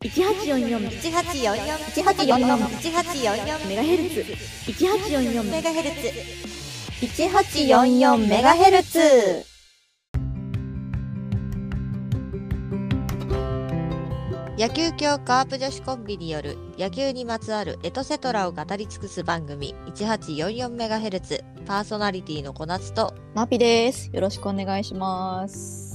1844 1844 メガヘルツ1844 メガヘルツ1844メガヘルツ。野球協カープ女子コンビによる野球にまつわるエトセトラを語り尽くす番組 1844MHz、 パーソナリティの小夏とマピです。よろしくお願いします。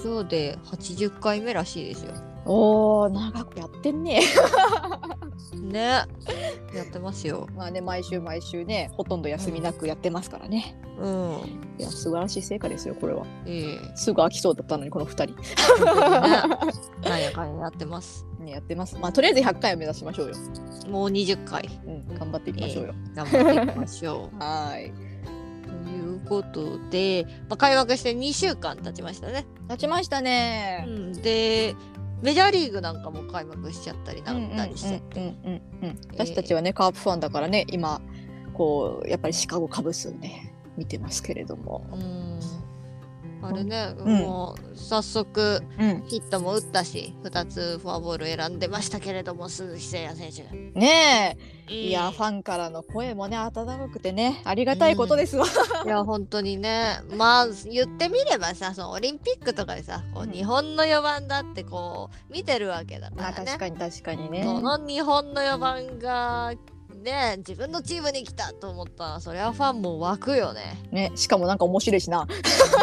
今日で80回目らしいですよ。 おー、長くやってんねね、やってますよ。 まあね、毎週ね、ほとんど休みなくやってますからね。いや、素晴らしい成果ですよ、これは。すぐ飽きそうだったのに、この2人。 なんやかんややってます。 ね、やってます。まあ、とりあえず100回を目指しましょうよ。 もう20回。 頑張っていきましょうよ。 頑張っていきましょう。 はい。 ということで、開幕して2週間経ちましたね。 経ちましたね。 で、メジャーリーグなんかも開幕しちゃったりなんだりしてて、 私たちはね、カープファンだからね、今こうやっぱりシカゴカブスをね見てますけれども、あれね、もう早速ヒットも打ったし、2つフォアボール選んでましたけれども、鈴木誠也選手ねえ、いや、ファンからの声もね温かくてね、ありがたいことですわ。 いや本当にね、まあ言ってみればさ、そのオリンピックとかでさ、こう日本の4番だってこう見てるわけだからね。 確かにね。 その日本の4番がね、自分のチームに来たと思ったら、そりゃファンも湧くよね。 ね、しかもなんか面白いしな。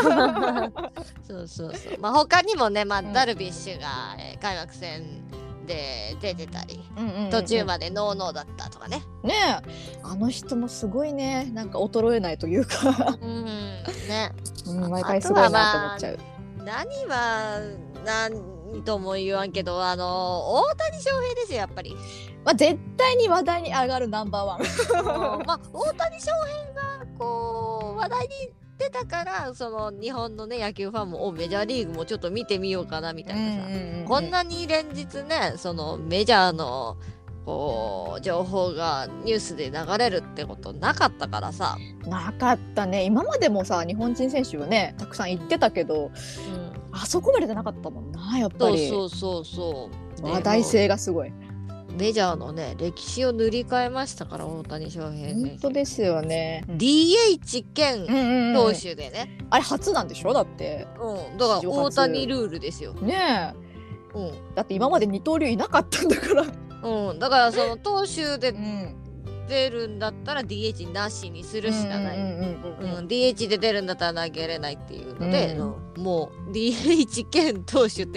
そう。他にもね、ダルビッシュが、開幕戦で出てたり、途中までノーノーだったとかね。 ねえ、あの人もすごいね、なんか衰えないというか。 ね。 毎回すごいなと思っちゃう。 何とも言わんけど、大谷翔平ですよ、やっぱり。 絶対に話題に上がるナンバーワン。 大谷翔平がこう話題に出たから、その日本のね野球ファンもメジャーリーグもちょっと見てみようかなみたいなさ、こんなに連日ね、そのメジャーのこう情報がニュースで流れるってことなかったからさ。 なかったね。今までもさ、日本人選手はねたくさん行ってたけど、あそこまでじゃなかったもんな、やっぱり。そう話題性がすごい。 メジャーのね歴史を塗り替えましたから、大谷翔平選手。 本当ですよね。 DH 兼投手でね、 あれ初なんでしょ、だって。 だから大谷ルールですよねえ。だって今まで二刀流いなかったんだから。 だからその投手で出るんだったら DH なしにするしかない。DH で出るんだったら投げれないっていうので、もう DH 兼投手って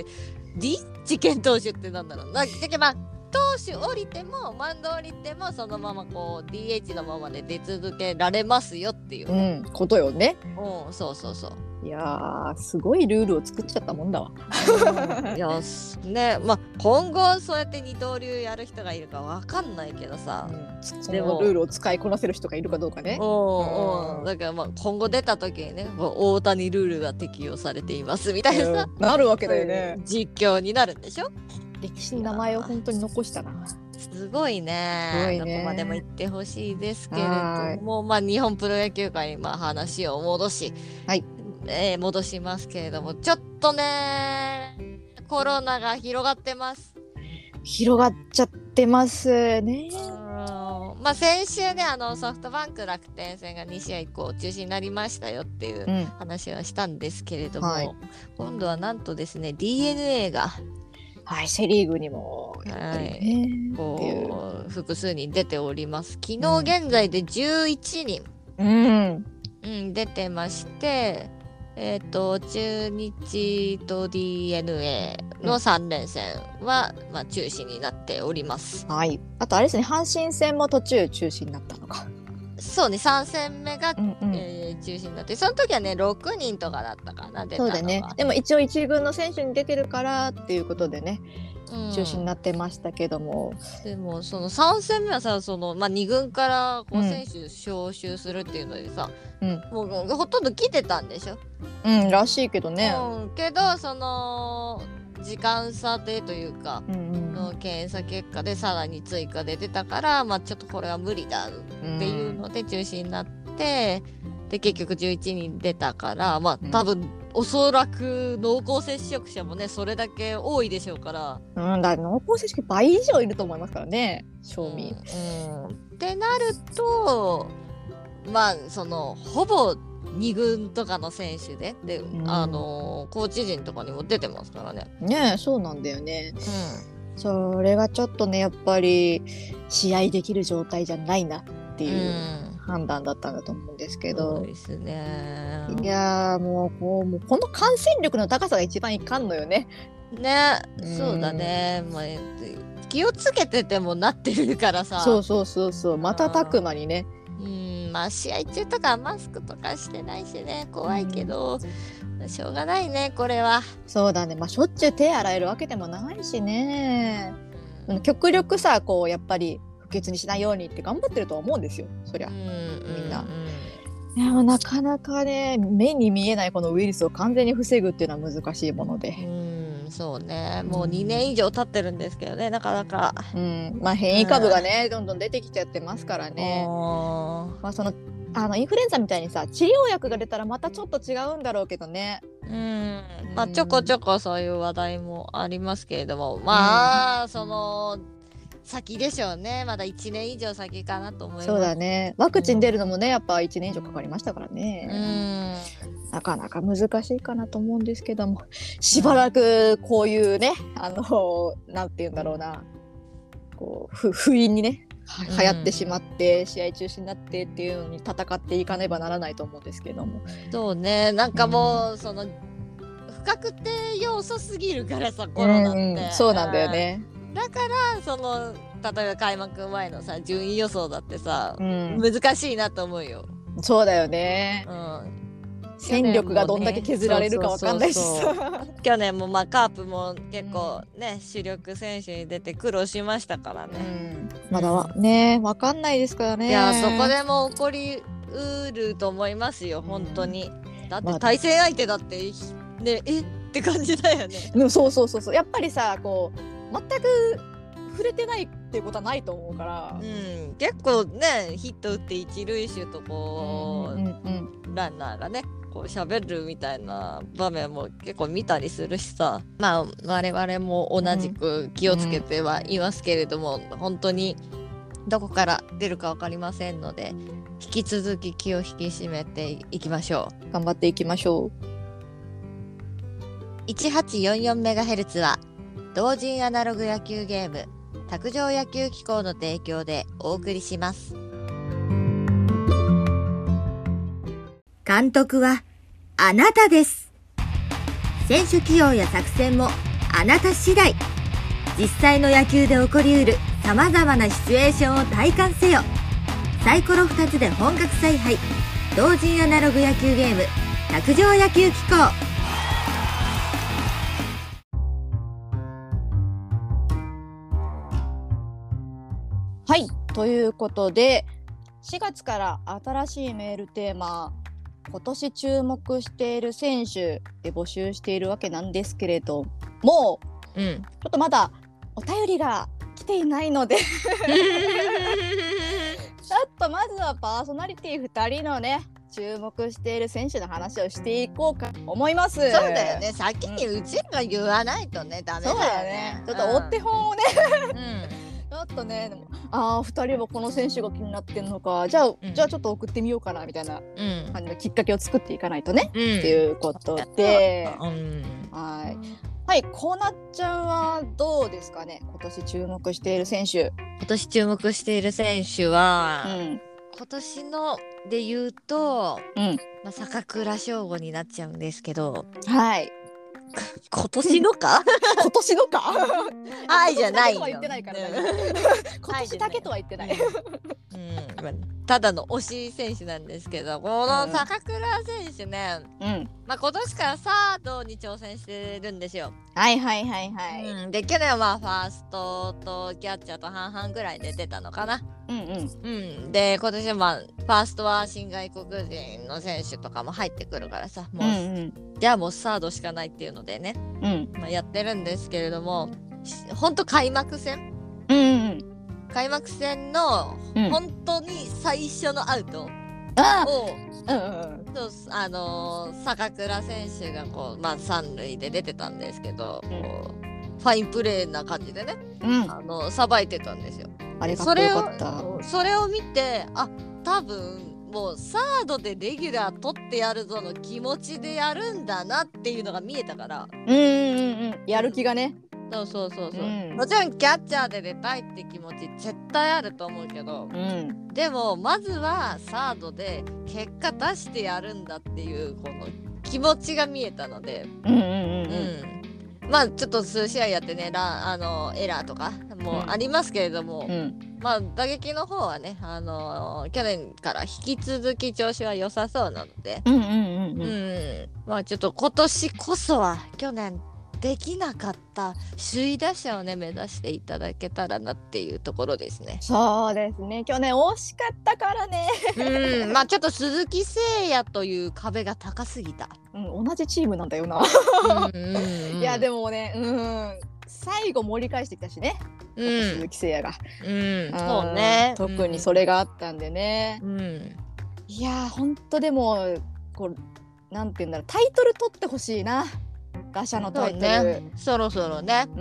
DH 兼投手ってなんだろうな。投手降りてもマウンド降りてもそのままこう DH のままで出続けられますよっていう、 ことよね。 そういやー、すごいルールを作っちゃったもんだわ。 いやね、今後そうやって二刀流やる人がいるかわかんないけどさ、 そのルールを使いこなせる人がいるかどうかね。 だから今後出た時にね、大谷ルールが適用されていますみたいなさ、 なるわけだよね。 実況になるんでしょ。 歴史に名前を本当に残したな。 すごいね。どこまでも行ってほしいですけれども、日本プロ野球界に話を戻し、戻しますけれども、ちょっとねコロナが広がってます。 広がっちゃってますね。 先週ね、ソフトバンク楽天戦が2試合以降中止になりましたよっていう話はしたんですけれども、今度はなんとですね DNA がセリーグにもやっぱりね、 こう複数人出ております。昨日現在で11人、出てまして、中日と DNA の3連戦は、中止になっております。 あとあれですね、阪神戦も途中中止になったのか。 そうね、3戦目が、中止になって、その時はね6人とかだったかな、出たのは。そうだね。 でも一応1軍の選手に出てるからっていうことでね、中止になってましたけども、 でもその3戦目はさ、その、2軍からこう選手招集するっていうのでさ、もうほとんど来てたんでしょ。 らしいけどね。 けどその時間差でというか、の検査結果でさらに追加で出たから、ちょっとこれは無理だっていうので中止になって、で結局11人出たから、多分おそらく濃厚接触者もねそれだけ多いでしょうから、 だから濃厚接触倍以上いると思いますからね、賞味。 ってなるとまあそのほぼ2軍とかの選手でコーチ陣とかにも出てますからね。 ねえ、そうなんだよね。それがちょっとねやっぱり試合できる状態じゃないなっていう判断だったんだと思うんですけど。 そうですね。 いやもうこの感染力の高さが一番いかんのよね。 ね、そうだね。まあ、気をつけててもなってるからさ。 そう瞬く間にね。 まあ試合中とかマスクとかしてないしね、怖いけど、しょうがないねこれは。 そうだね、まあしょっちゅう手洗えるわけでもないしね。極力さこうやっぱり不潔にしないようにって頑張ってると思うんですよ、そりゃみんな。でもなかなかね目に見えないこのウイルスを完全に防ぐっていうのは難しいもので。 そうね、もう2年以上経ってるんですけどね、なかなか。 まあ変異株がね、どんどん出てきちゃってますからね。まあそのインフルエンザみたいにさ治療薬が出たらまたちょっと違うんだろうけどね。 まあちょこちょこそういう話題もありますけれども、まあその先でしょうね。まだ1年以上先かなと思います。 そうだね、ワクチン出るのもねやっぱ1年以上かかりましたからね。なかなか難しいかなと思うんですけども、しばらくこういうねなんて言うんだろうな、こう不意にね流行ってしまって、試合中止になってっていうのに戦っていかねばならないと思うんですけども。 そうね、なんかもう、その不確定要素すぎるからさ、コロナって、 そうなんだよね。 だからその例えば開幕前のさ順位予想だってさ、難しいなと思うよ。 そうだよね。戦力がどんだけ削られるかわかんないしさ。 去年もまあカープも結構ね、主力選手に出て苦労しましたからね。 まだねわかんないですからね。 いやそこでも起こりうると思いますよ本当に。だって対戦相手だってねって感じだよね。 そうやっぱりさこう全く触れてないっていうことはないと思うから、 結構ねヒット打って一塁手とこう、ランナーがねこう喋るみたいな場面も結構見たりするしさ、まあ我々も同じく気をつけてはいますけれども、本当にどこから出るか分かりませんので引き続き気を引き締めていきましょう。頑張っていきましょう。 1844MHz は同人アナログ野球ゲーム卓上野球機構の提供でお送りします。 監督はあなたです。選手起用や作戦もあなた次第。実際の野球で起こりうる様々なシチュエーションを体感せよ。サイコロ2つで本格采配。同人アナログ野球ゲーム卓上野球機構。 はい、ということで4月から新しいメールテーマ、今年注目している選手で募集しているわけなんですけれども、ちょっとまだお便りが来ていないのでちょっとまずはパーソナリティ2人のね注目している選手の話をしていこうかと思います。そうだよね、先にうちが言わないとね、ダメだよね。 ちょっとお手本をねちょっとね、でも2人はこの選手が気になってんのか、じゃあちょっと送ってみようかなみたいな感じのきっかけを作っていかないとね、っていうことで、はい、こうなっちゃんはどうですかね、今年注目している選手。 今年注目している選手は、今年ので言うと、坂倉翔吾になっちゃうんですけど、 はい今年のか今年のかはいじゃないよ。 今年だけとは言ってない。 ただの推し選手なんですけど、この坂倉選手ね、今年からサードに挑戦してるんですよ。で去年はファーストとキャッチャーと半々ぐらいで出たのかな。で今年はファーストは新外国人の選手とかも入ってくるからさ、もう、じゃあもうサードしかないっていうのでね、やってるんですけれども、ほんと開幕戦、開幕戦の本当に最初のアウトを、坂倉選手がこう、三塁で出てたんですけど、こうファインプレーな感じでね、さばいてたんですよ。 あれかっこよかった。 それを見て、多分もうサードでレギュラー取ってやるぞの気持ちでやるんだなっていうのが見えたから、 やる気がね。 そう、もちろんキャッチャーで出たいって気持ち絶対あると思うけど、でもまずはサードで結果出してやるんだっていうこの気持ちが見えたので、ちょっと数試合やってね、エラーとかもありますけれども、打撃の方はね、去年から引き続き調子は良さそうなので、ちょっと今年こそは去年できなかった首位打者をね目指していただけたらなっていうところですね。 そうですね、去年惜しかったからね。 ちょっと鈴木誠也という壁が高すぎた。 同じチームなんだよな。いやでもね、最後盛り返してきたしね、鈴木誠也が。 そうね。 特にそれがあったんでね。いや本当でもこうなんていうんだろう、タイトル取ってほしいな。打者のタイトル、 そろそろね。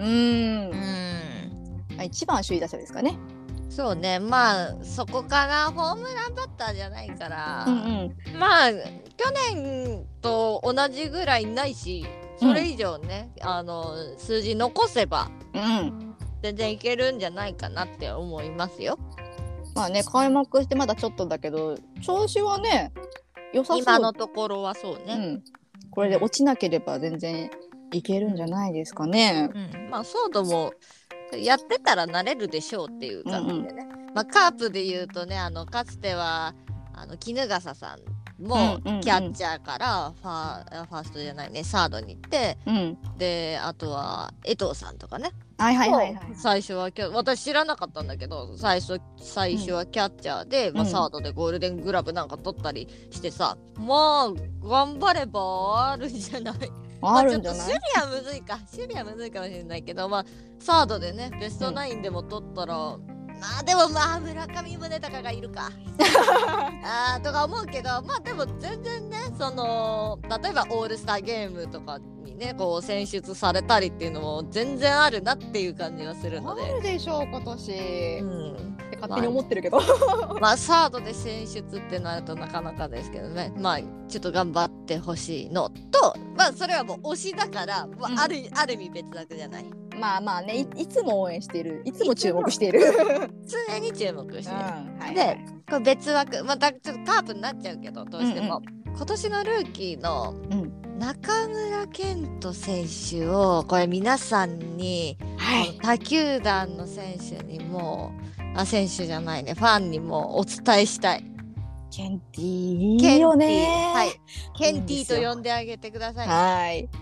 一番首位打者ですかね。 そうね、そこからホームランバッターじゃないから、去年と同じぐらいないし、それ以上ね、数字残せば、全然いけるんじゃないかなって思いますよ。 開幕してまだちょっとだけど調子はね良さそう。 今のところはそうね。 これで落ちなければ全然いけるんじゃないですかね。 ソードもやってたら慣れるでしょうっていう感じでね。カープでいうとね、かつては衣笠さんもキャッチャーからファーストじゃないね、サードに行って、であとは江藤さんとかね。最初は私知らなかったんだけど、最初はキャッチャーで、サードでゴールデングラブなんか取ったりしてさ、頑張ればあるんじゃない。 あるんじゃない。 守備はむずいかもしれないけど、サードでねベストナインでも取ったら、でも村上宗隆がいるかとか思うけど、でも全然ね、例えばオールスターゲームとかにねこう選出されたりっていうのも全然あるなっていう感じがするので。 あるでしょう今年。勝手に思ってるけど。 サードで選出ってなるとなかなかですけどね。ちょっと頑張ってほしいのと、それはもう推しだから、ある意味別枠じゃない。 ね、いつも応援している、いつも注目している。 常に注目している。で、これ別枠、ちょっとカープになっちゃうけど、どうしても、今年のルーキーの中村健人選手をこれ皆さんに、他球団の選手にも選手じゃないね、ファンにもお伝えしたい。 ケンティいいよね。 ケンティと呼んであげてください。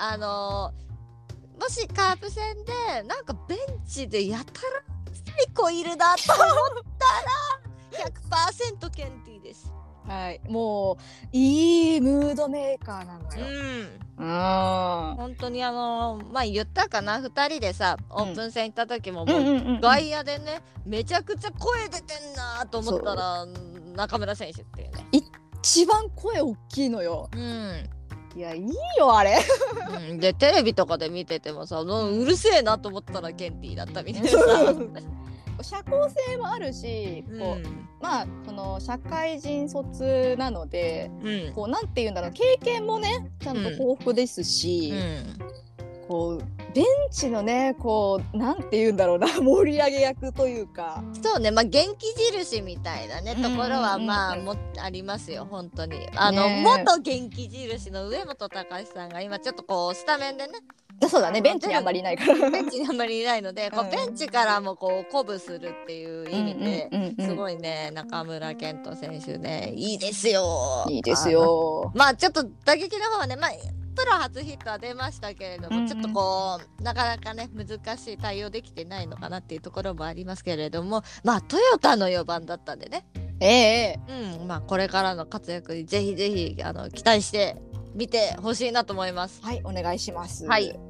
もしカープ戦でなんかベンチでやたら最高いるなと思ったら 100% ケンティです。 もういいムードメーカーなのよ。 本当に言ったかな、2人でさオープン戦行った時も、外野でねめちゃくちゃ声出てんなと思ったら中村選手っていうね、 一番声大きいのよ。いやいいよあれ。 でテレビとかで見ててもさ、うるせえなと思ったらケンティだったみたいなさ。 社交性もあるし、その社会人卒なので、こうなんていうんだろう、経験もねちゃんと豊富ですし、こうベンチのねこうなんていうんだろうな、盛り上げ役というか。 そうね、元気印みたいなねところはありますよ本当に。元元気印の上本隆さんが今ちょっとこうスタメンでね。 そうだね、ベンチにあんまりいないからベンチにあんまりいないので、こうベンチからもこう鼓舞するっていう意味ですごいね、中村健人選手ねいいですよ。 いいですよ。 ちょっと打撃の方はね、プロ初ヒットは出ましたけれども、ちょっとこうなかなかね難しい対応できてないのかなっていうところもありますけれども、トヨタの4番だったんでね、これからの活躍にぜひぜひ期待して見てほしいなと思います。 お願いします。 という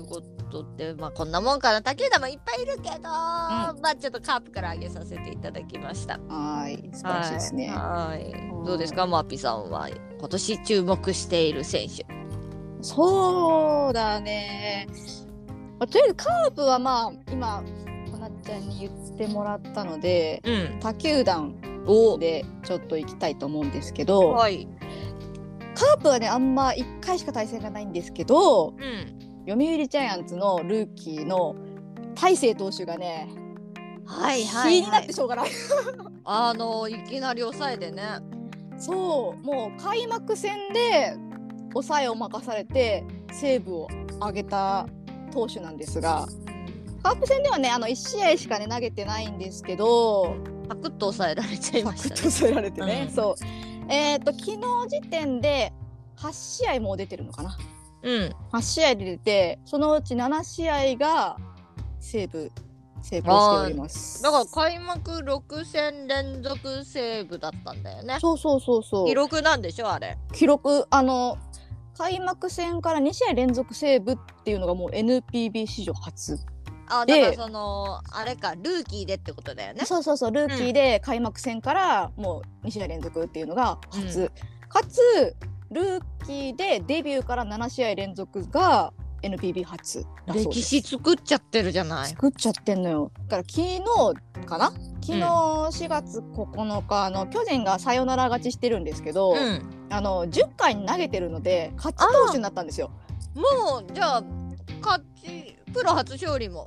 ことで、まあこんなもんかな。他球団もいっぱいいるけど、まあちょっとカープから挙げさせていただきました。 はい、素晴らしいですね。 はい。どうですか、マーピさんは今年注目している選手。 そうだね。とりあえずカープはまあ今こなっちゃんに言ってもらったので、他球団でちょっと行きたいと思うんですけど、はい、カープはねあんま1回しか対戦がないんですけど、読売ジャイアンツのルーキーの大勢投手がね、気になってしょうがないいきなり抑えでね。 そうもう開幕戦で抑えを任されてセーブを上げた投手なんですが、カープ戦ではね1試合しかね投げてないんですけど、 パクッと抑えられちゃいましたね。 パクッと抑えられてね、そう昨日時点で8試合もう出てるのかな、8試合で出て、そのうち7試合がセーブ成功しております。 だから開幕6戦連続セーブだったんだよね。 そう記録なんでしょあれ。 記録開幕戦から2試合連続セーブっていうのがもう NPB 史上初。 だからあれかルーキーでってことだよね。 そうルーキーで開幕戦からもう2試合連続っていうのが初、かつルーキーでデビューから7試合連続が NPB 初だそうです。 歴史作っちゃってるじゃない。 作っちゃってんのよ。だから昨日かな、昨日4月9日巨人がサヨナラ勝ちしてるんですけど、10回に投げてるので勝ち投手になったんですよ。 もうじゃあ勝ちプロ初勝利も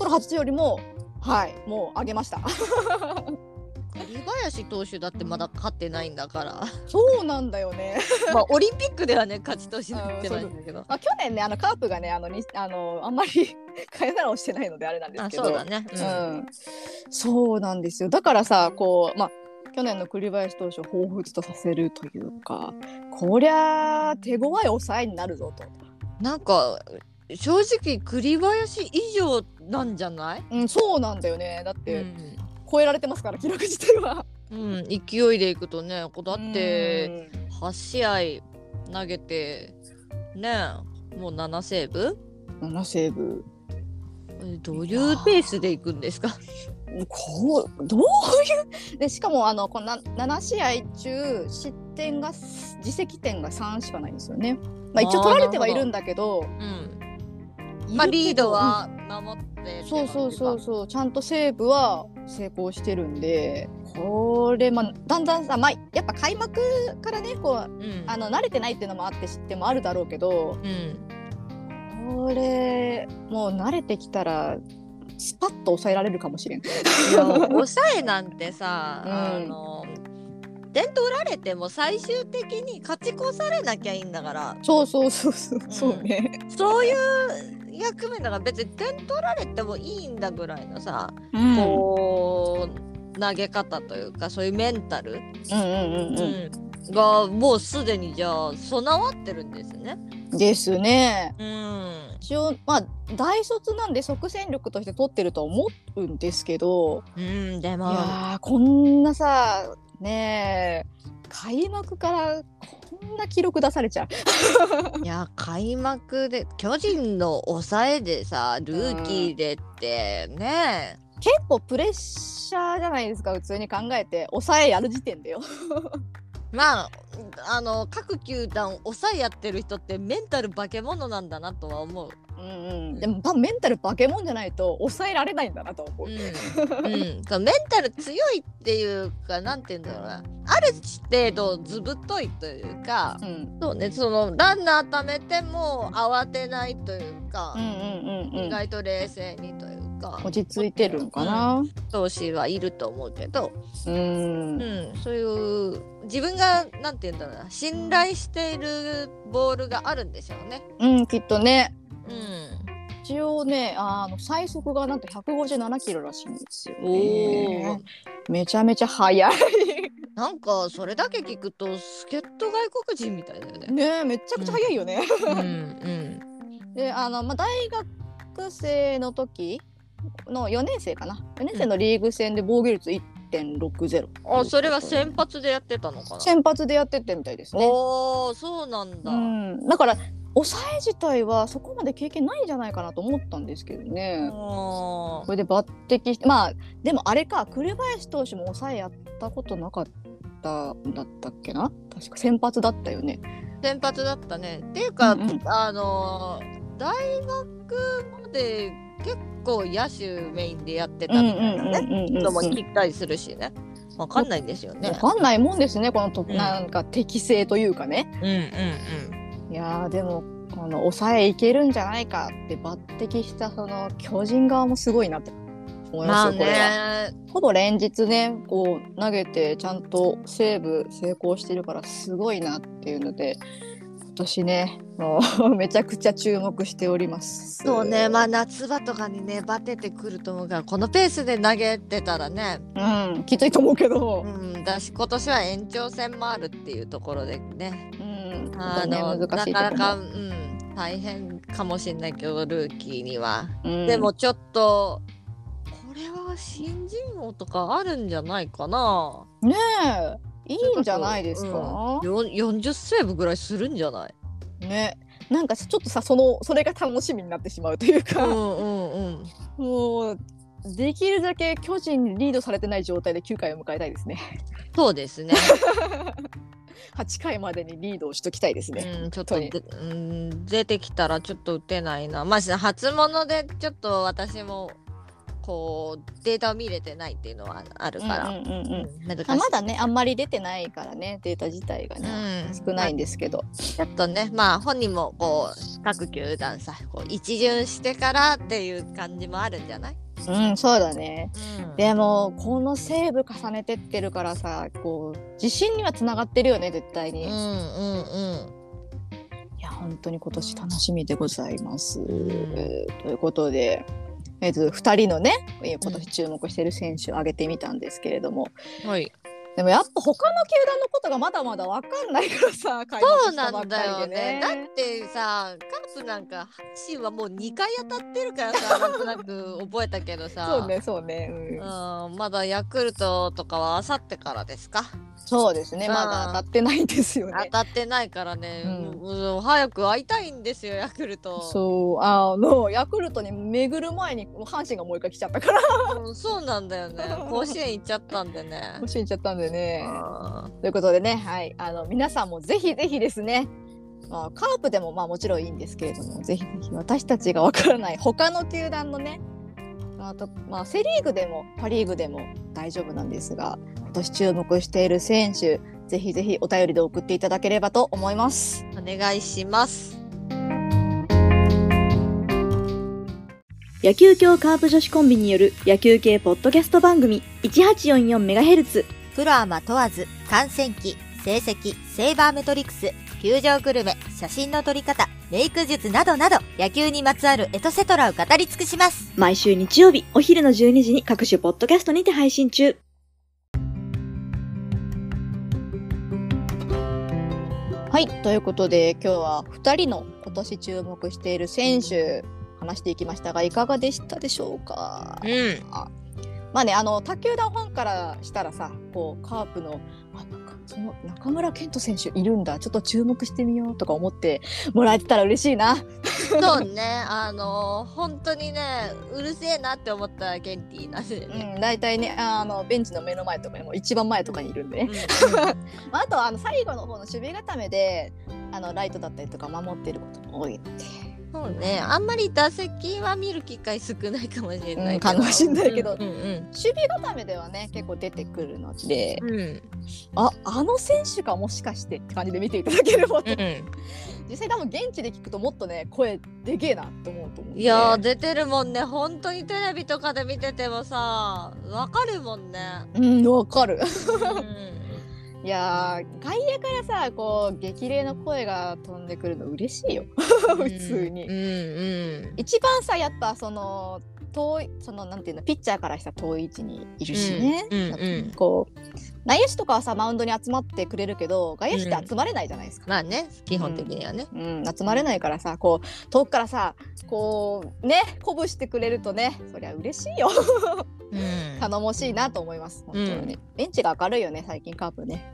はいもうあげました。 栗林投手だってまだ勝ってないんだから。 そうなんだよね。 まあオリンピックではね勝ち投手になってないんだけど、 去年ねカープがねあんまりサヨナラをしてないのであれなんですけど、 そうだね、 そうなんですよ。だからさ去年の栗林投手を彷彿とさせるというか、こりゃ手強い抑えになるぞと。 なんか正直栗林以上なんじゃない？ そうなんだよね。だって、超えられてますから記録自体は。 勢いでいくとね、だって8試合投げてね、もう7セーブ 7セーブどういうペースでいくんですか？ どういうでしかもこの7試合中自責点が3しかないんですよね。一応取られてはいるんだけど、リードは守ってそうちゃんとセーブは成功してるんで、これだんだんさ、やっぱ開幕からね慣れてないっていうのもあって知ってもあるだろうけど、これもう慣れてきたらスパッと抑えられるかもしれん。 抑えなんてさ、点取られても最終的に勝ち越されなきゃいいんだから。そうね。そういう役目だから、別に点取られてもいいんだぐらいのさ、こう投げ方というかそういうメンタルがもうすでにじゃあ備わってるんですね。 ですね。一応大卒なんで即戦力として取ってると思うんですけど、 でもいやこんなさね開幕からこんな記録出されちゃう。 いや開幕で巨人の抑えでさルーキーでってね、 結構プレッシャーじゃないですか、普通に考えて抑えやる時点でよ。各球団抑えやってる人ってメンタル化け物なんだなとは思う。 でもメンタル化け物じゃないと抑えられないんだなと思う。 メンタル強いっていうか、なんて言うんだろうな、ある程度ずぶといというか、そうね、ランナー溜めても慌てないというか、意外と冷静にというか落ち着いてるのかな、 投手はいると思うけど、そういう自分がなんて言うんだろうな、信頼しているボールがあるんでしょうね。 きっとね。一応ね最速がなんと157キロらしいんですよね。めちゃめちゃ速い。 なんかそれだけ聞くと助っ人外国人みたいだよね。 ね、めちゃくちゃ速いよね。で大学生の時の4年生かな、4年生のリーグ戦で防御率1.60。 それは先発でやってたのかな。 先発でやっててみたいですね。 そうなんだ。 だから抑え自体はそこまで経験ないんじゃないかなと思ったんですけどね。これで抜擢して、まあでもあれか、栗林投手も抑えやったことなかったんだったっけな。確か先発だったよね。 先発だったね。っていうか、大学まで結構野手メインでやってたみたいなねのも聞いたりするしね。わかんないんですよね。 わかんないもんですね、このなんか適性というかね。いやでも抑えいけるんじゃないかって抜擢したその巨人側もすごいなって思いますよ、これは。ほぼ連日ねこう投げてちゃんとセーブ成功してるからすごいなっていうので、今年ねもうめちゃくちゃ注目しております。 そうね、まあ夏場とかにねバテてくると思うから、このペースで投げてたらね、 きついと思うけど、 だし今年は延長戦もあるっていうところでね、 難しいなかなか、大変かもしれないけどルーキーには、でもちょっとこれは新人王とかあるんじゃないかな。 ねえ、いいんじゃないですか。 40セーブぐらいするんじゃないね。なんかちょっとさそれが楽しみになってしまうというか、もうできるだけ巨人にリードされてない状態で9回を迎えたいですね。 そうですね。 8回までにリードをしときたいですね。 ちょっと出てきたらちょっと打てないな。まあ初物でちょっと私もこうデータを見れてないっていうのはあるから、 まだねあんまり出てないからね、データ自体がね、少ないんですけど、 ちょっとねまあ本人もこう各球団さこう一巡してからっていう感じもあるんじゃない？ そうだね、でもこのセーブ重ねてってるからさ、こう自信にはつながってるよね絶対に。いや本当に今年楽しみでございます、ということで2人のね今年注目してる選手を挙げてみたんですけれども、でもやっぱ他の球団のことがまだまだ分かんないからさ、 そうなんだよね。だってさカープなんか阪神はもう2回当たってるからさなんとなく覚えたけどさそうね、 まだヤクルトとかはあさってからですか。 そうですね、まだ当たってないんですよね。 当たってないからね、早く会いたいんですよヤクルト。 そうヤクルトに巡る前に阪神がもう一回来ちゃったからそうなんだよね。甲子園行っちゃったんでね。 甲子園行っちゃったんでね。ということでね、はい、皆さんもぜひぜひですね、カープでももちろんいいんですけれども、ぜひぜひ私たちがわからない他の球団のね、あとセリーグでもパリーグでも大丈夫なんですが、今年注目している選手、ぜひぜひお便りで送っていただければと思います。 お願いします。 野球協カープ女子コンビによる野球系ポッドキャスト番組 1844MHz。 プロアマ問わず、観戦記、成績、セイバーメトリクス、球場グルメ、写真の撮り方、メイク術などなど、野球にまつわるエトセトラを語り尽くします。 毎週日曜日お昼の12時に各種ポッドキャストにて配信中。 はい、ということで今日は2人の今年注目している選手話していきましたが、いかがでしたでしょうか。まあね、他球団ファンからしたらさ、こうカープのなんかその中村健人選手いるんだ、ちょっと注目してみようとか思ってもらえてたら嬉しいな。 そうね、本当にねうるせえなって思ったらケンティーなんでね、 だいたいねベンチの目の前とかにも一番前とかにいるんでね、あと最後の方の守備固めでライトだったりとか守ってることも多いので、 そうね、あんまり打席は見る機会少ないかもしれないけど、守備固めではね結構出てくるので、あの選手かもしかしてって感じで見ていただければと、実際多分現地で聞くともっとね声でけえなって思うと思う、 いや出てるもんね、本当にテレビとかで見ててもさわかるもんね。 わかる。いや外野からさこう激励の声が飛んでくるの嬉しいよ普通に、一番さやっぱそのなんていうの、ピッチャーからしたら遠い位置にいるしね、こう内野手とかはさマウンドに集まってくれるけど外野手って集まれないじゃないですか、 まあね基本的にはね、 集まれないからさ、こう遠くからさこうね鼓舞してくれるとね、そりゃ嬉しいよ頼もしいなと思います本当に、ベンチが明るいよね最近カープね。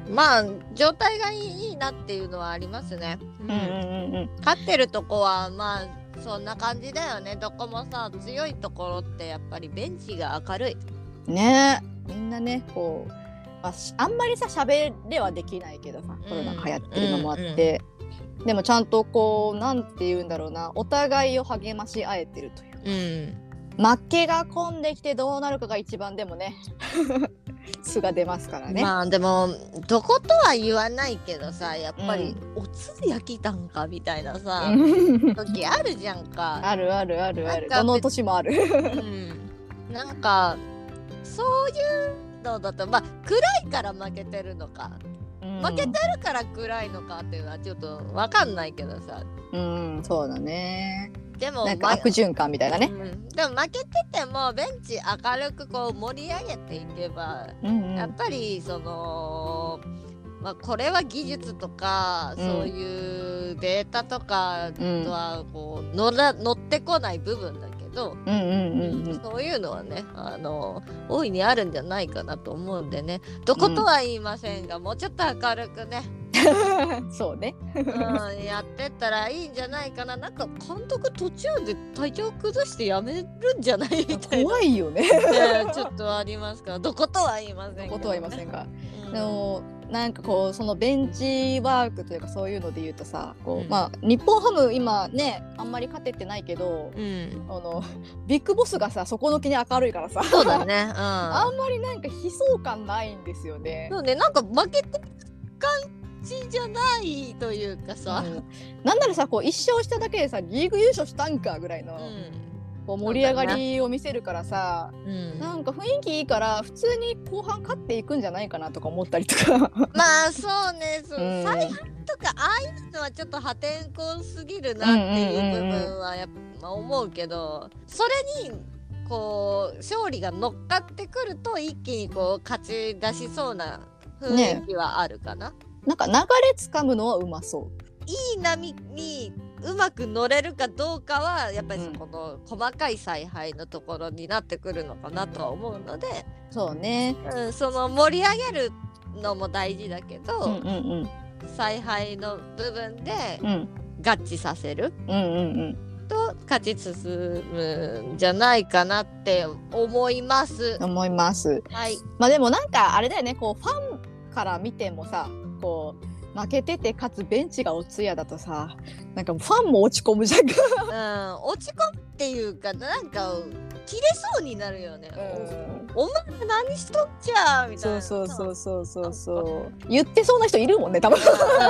まあ状態がいいなっていうのはありますね。勝ってるとこはまあそんな感じだよね。どこもさ強いところってやっぱりベンチが明るいね。みんなねこう、あんまりさ喋れはできないけどさ、コロナが流行ってるのもあって、でもちゃんとこうなんて言うんだろうな、お互いを励まし合えてるというか、負けが込んできてどうなるかが一番でもね素が出ますからね。 まあでもどことは言わないけどさ、やっぱり、おつ焼きたんかみたいなさ時あるじゃんか。 ある。どの年もあるなんかそういうのだとまあ暗いから負けてるのか、負けてるから暗いのかっていうのはちょっと分かんないけどさ。 そうだね。 でもなんか悪循環みたいなね。 でも負けててもベンチ明るくこう盛り上げていけば、やっぱりそのこれは技術とか、そういうデータとかとはこう乗ってこない部分だけど、そういうのはね大いにあるんじゃないかなと思うんでね、どことは言いませんが、もうちょっと明るくねそうねやってったらいいんじゃないかな。なんか監督途中で体調崩してやめるんじゃないみたいな怖いよねちょっとありますから、どことは言いませんが、 どことは言いませんが、でもなんかこうそのベンチワークというかそういうので言うとさ、こう日本ハム今ねあんまり勝ててないけど、ビッグボスがさ底抜けに明るいからさ、 そうだね、 あんまりなんか悲壮感ないんですよね。 そうね、なんか負けてる感じじゃないというかさ、 なんならさこう一勝しただけでさリーグ優勝したんかぐらいの、こう盛り上がりを見せるからさ、なんか雰囲気いいから普通に後半勝っていくんじゃないかなとか思ったりとかまあそうね、采配とかああいうのはちょっと破天荒すぎるなっていう部分はやっぱ思うけど、それにこう勝利が乗っかってくると一気にこう勝ち出しそうな雰囲気はあるかな。 なんか流れつかむのはうまそう。 いい波にうまく乗れるかどうかはやっぱりこの細かい采配のところになってくるのかなとは思うので、 そうね、 その盛り上げるのも大事だけど、采配の部分で合致させると勝ち進むんじゃないかなって思います。 はい。まあでもなんかあれだよね、こうファンから見てもさ、こう負けててかつベンチがお通夜だとさ、なんかファンも落ち込むじゃんか落ち込むっていうかなんか切れそうになるよね、お前何しとっちゃうみたいな。 そう言ってそうな人いるもんね多分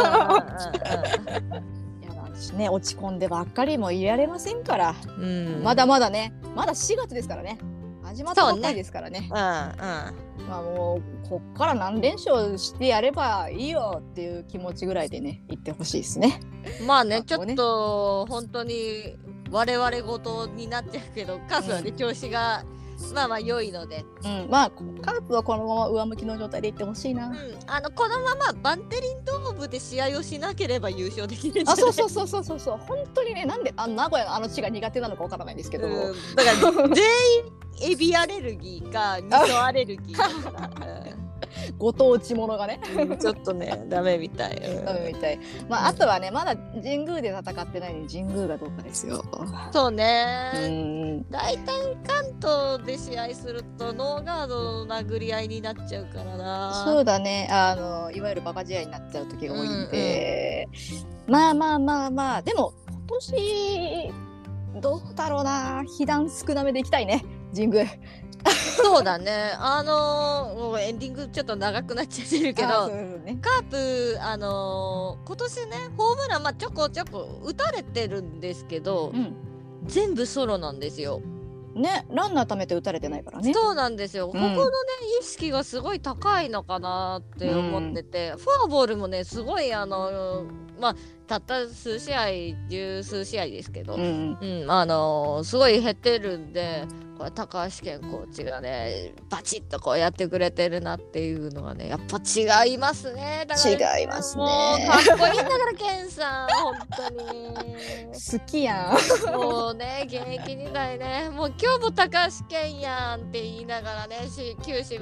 ね、落ち込んでばっかりもいられませんから、まだまだね、まだ4月ですからね、始まったばっかりですからね。まあもうこっから何連勝してやればいいよっていう気持ちぐらいでね言ってほしいですね。 まあね、ちょっと本当に我々事になっちゃうけど、カープはね調子がまあまあ良いので、 まあカープはこのまま上向きの状態でいってほしいな。 このままバンテリンドームで試合をしなければ優勝できるんじゃない。 そう本当にね、なんで名古屋のあの地が苦手なのかわからないんですけど、 だから全員エビアレルギーか味噌アレルギーかご当地ものがねちょっとねダメみたい、 まああとはね、まだ神宮で戦ってないのに神宮がどうかですよ。 そうね、大体関東で試合するとノーガードの殴り合いになっちゃうからな。 そうだね、いわゆるバカ試合になっちゃう時が多いんで、まあでも今年どうだろうな、被弾少なめでいきたいね神宮そうだね、もうエンディングちょっと長くなっちゃってるけど、カープ今年ねホームランちょこちょこ打たれてるんですけど、全部ソロなんですよね。ランナー貯めて打たれてないからね。 そうなんですよ、ここのね意識がすごい高いのかなって思ってて、フォアボールもねすごいたった数試合十数試合ですけど、すごい減ってるんで、これ高橋健コーチがねバチッとこうやってくれてるなっていうのはねやっぱ違いますね。だから違いますね。 もうかっこいいんだから健さん本当に好きやんもうね現役時代ね、もう今日も高橋健やんって言いながらね旧市民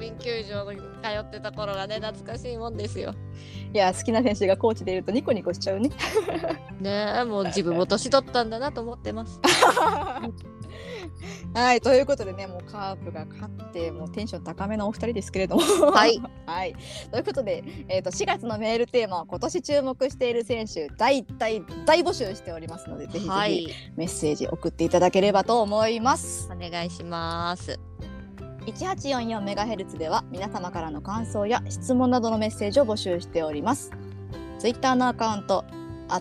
民球場に通ってた頃がね懐かしいもんですよ。 いや好きな選手がコーチでいるとニコニコしちゃうね。 ねえもう自分も年取ったんだなと思ってます。 はいということでねもうカープが勝ってもうテンション高めのお二人ですけれどもはいはいということで、4月のメールテーマは今年注目している選手大募集しておりますのでぜひぜひメッセージ送っていただければと思います。 お願いします。 1844MHz では皆様からの感想や質問などのメッセージを募集しております。ツイッターのアカウント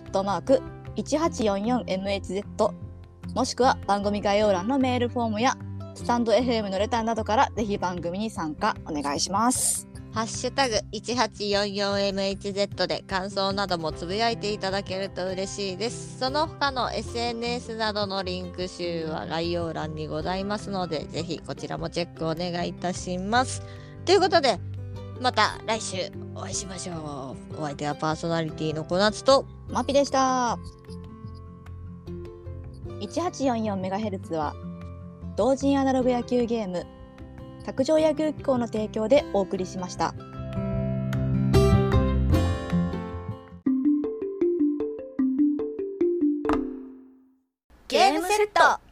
@1844MHzもしくは番組概要欄のメールフォームやスタンド FM のレターなどからぜひ番組に参加お願いします。 ハッシュタグ 1844MHz で感想などもつぶやいていただけると嬉しいです。その他の SNS などのリンク集は概要欄にございますのでぜひこちらもチェックお願いいたします。ということでまた来週お会いしましょう。お相手はパーソナリティの小夏とマピでした。1844MHz は同人アナログ野球ゲーム卓上野球機構の提供でお送りしました。